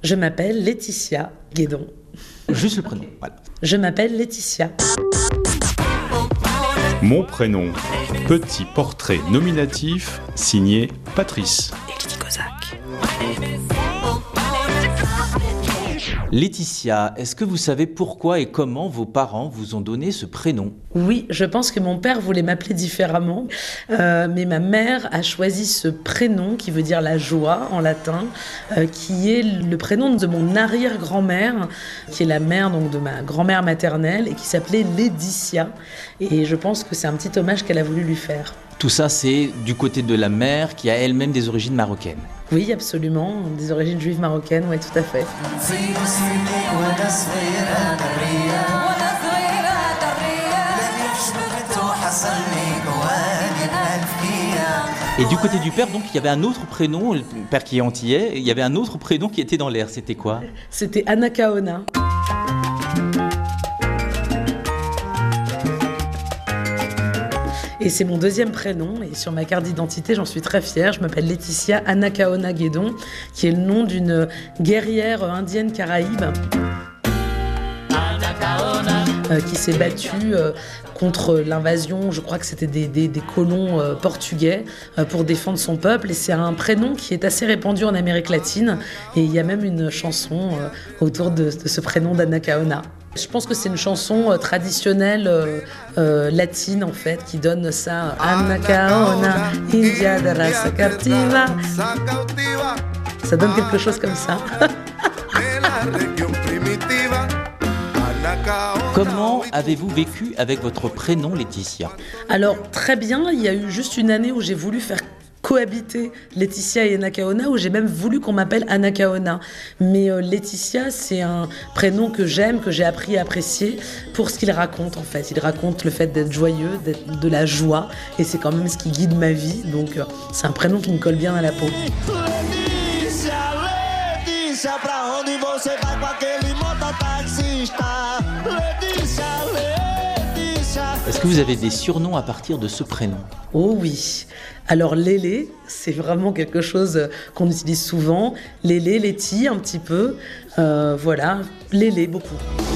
Je m'appelle Laetitia Guédon. Juste le prénom, voilà. Je m'appelle Laetitia. Mon prénom, petit portrait nominatif signé Patrice. Laetitia, est-ce que vous savez pourquoi et comment vos parents vous ont donné ce prénom ? Oui, je pense que mon père voulait m'appeler différemment, mais ma mère a choisi ce prénom qui veut dire la joie en latin, qui est le prénom de mon arrière-grand-mère, qui est la mère donc de ma grand-mère maternelle et qui s'appelait Laetitia. Et je pense que c'est un petit hommage qu'elle a voulu lui faire. Tout ça, c'est du côté de la mère qui a elle-même des origines marocaines. Oui, absolument, des origines juives marocaines, oui, tout à fait. Et du côté du père, donc, il y avait un autre prénom, le père qui est antillais, il y avait un autre prénom qui était dans l'air, c'était quoi ? C'était Anacaona. Et c'est mon deuxième prénom, et sur ma carte d'identité, j'en suis très fière. Je m'appelle Laetitia Anacaona Guédon, qui est le nom d'une guerrière indienne caraïbe qui s'est battue contre l'invasion, je crois que c'était des colons portugais, pour défendre son peuple. Et c'est un prénom qui est assez répandu en Amérique latine. Et il y a même une chanson autour de ce prénom d'Anacaona. Je pense que c'est une chanson traditionnelle latine en fait qui donne ça. Anacaona, India de raza cautiva. Ça donne quelque chose comme ça. Comment avez-vous vécu avec votre prénom Laetitia ? Alors très bien, il y a eu juste une année où j'ai voulu faire cohabiter Laetitia et Anacaona, où j'ai même voulu qu'on m'appelle Anacaona. Mais Laetitia, c'est un prénom que j'aime, que j'ai appris à apprécier pour ce qu'il raconte en fait. Il raconte le fait d'être joyeux, d'être de la joie, et c'est quand même ce qui guide ma vie. Donc c'est un prénom qui me colle bien à la peau. Est-ce que vous avez des surnoms à partir de ce prénom ? Oh oui. Alors Lélé, c'est vraiment quelque chose qu'on utilise souvent. Lélé, Letty un petit peu. Voilà, Lélé beaucoup.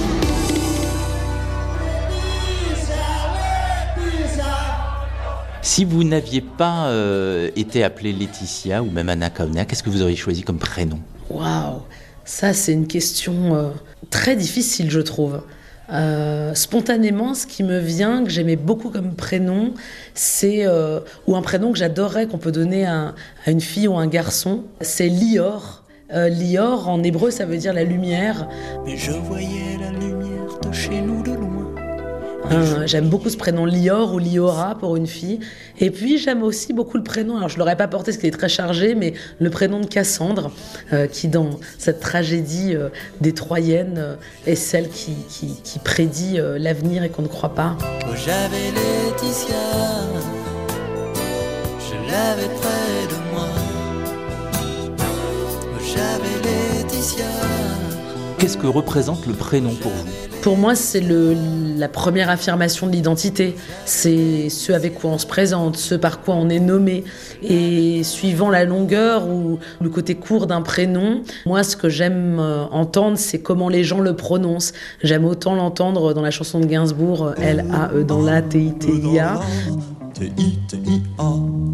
Si vous n'aviez pas été appelée Laetitia ou même Anacaona, qu'est-ce que vous auriez choisi comme prénom ? Waouh, ça c'est une question très difficile je trouve. Spontanément, ce qui me vient, que j'aimais beaucoup comme prénom, c'est ou un prénom que j'adorerais qu'on peut donner à une fille ou un garçon, c'est Lior. Lior, en hébreu, ça veut dire la lumière. Mais je voyais la lumière de chez nous de loin. J'aime beaucoup ce prénom Lior ou Liora pour une fille. Et puis j'aime aussi beaucoup le prénom, alors je ne l'aurais pas porté parce qu'il est très chargé, mais le prénom de Cassandre, qui dans cette tragédie des Troyennes est celle qui prédit l'avenir et qu'on ne croit pas. Oh, j'avais Laetitia, je l'avais près de moi. Oh, j'avais Laetitia. Qu'est-ce que représente le prénom pour vous ? Pour moi, c'est la première affirmation de l'identité. C'est ce avec quoi on se présente, ce par quoi on est nommé. Et suivant la longueur ou le côté court d'un prénom, moi, ce que j'aime entendre, c'est comment les gens le prononcent. J'aime autant l'entendre dans la chanson de Gainsbourg, L-A-E dans la T-I-T-I-A. T-I-T-I-A.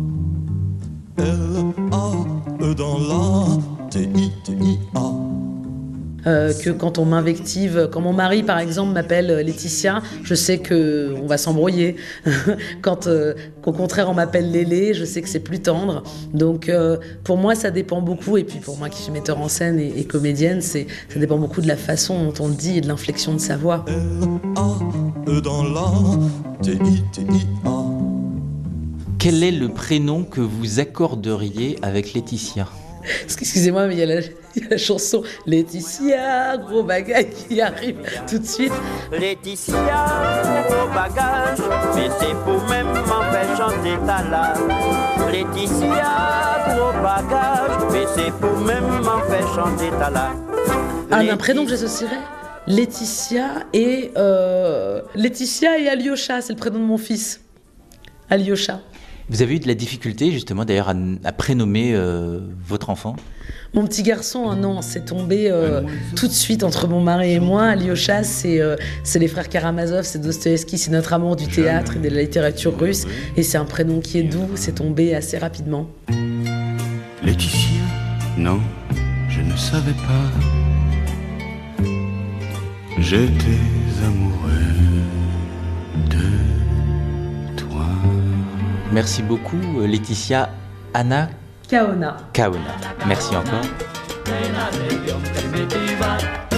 L-A-E dans la T-I-T-I-A. Que quand on m'invective, quand mon mari par exemple m'appelle Laetitia, je sais qu'on va s'embrouiller. Quand qu'au contraire on m'appelle Lélé, je sais que c'est plus tendre. Donc pour moi ça dépend beaucoup, et puis pour moi qui suis metteur en scène et comédienne, ça dépend beaucoup de la façon dont on le dit et de l'inflexion de sa voix. L-A-E dans la T-I-T-I-A. Quel est le prénom que vous accorderiez avec Laetitia ? Excusez-moi, mais il y a la chanson Laetitia, gros bagage qui arrive tout de suite. Laetitia, gros bagage, mais c'est pour même m'en faire chanter ta langue. Laetitia, gros bagage, mais c'est pour même m'en faire chanter ta langue. Un prénom que j'associerais Laetitia et Alyosha, c'est le prénom de mon fils. Alyosha. Vous avez eu de la difficulté justement d'ailleurs à prénommer votre enfant? Mon petit garçon, non, c'est tombé tout de suite entre mon mari et moi. Alyosha, c'est les frères Karamazov, c'est Dostoïevski, c'est notre amour du théâtre et de la littérature russe. Et c'est un prénom qui est doux, c'est tombé assez rapidement. Laetitia, non, je ne savais pas. J'étais amoureux de toi. Merci beaucoup Laetitia. Anna Kaona. Merci encore.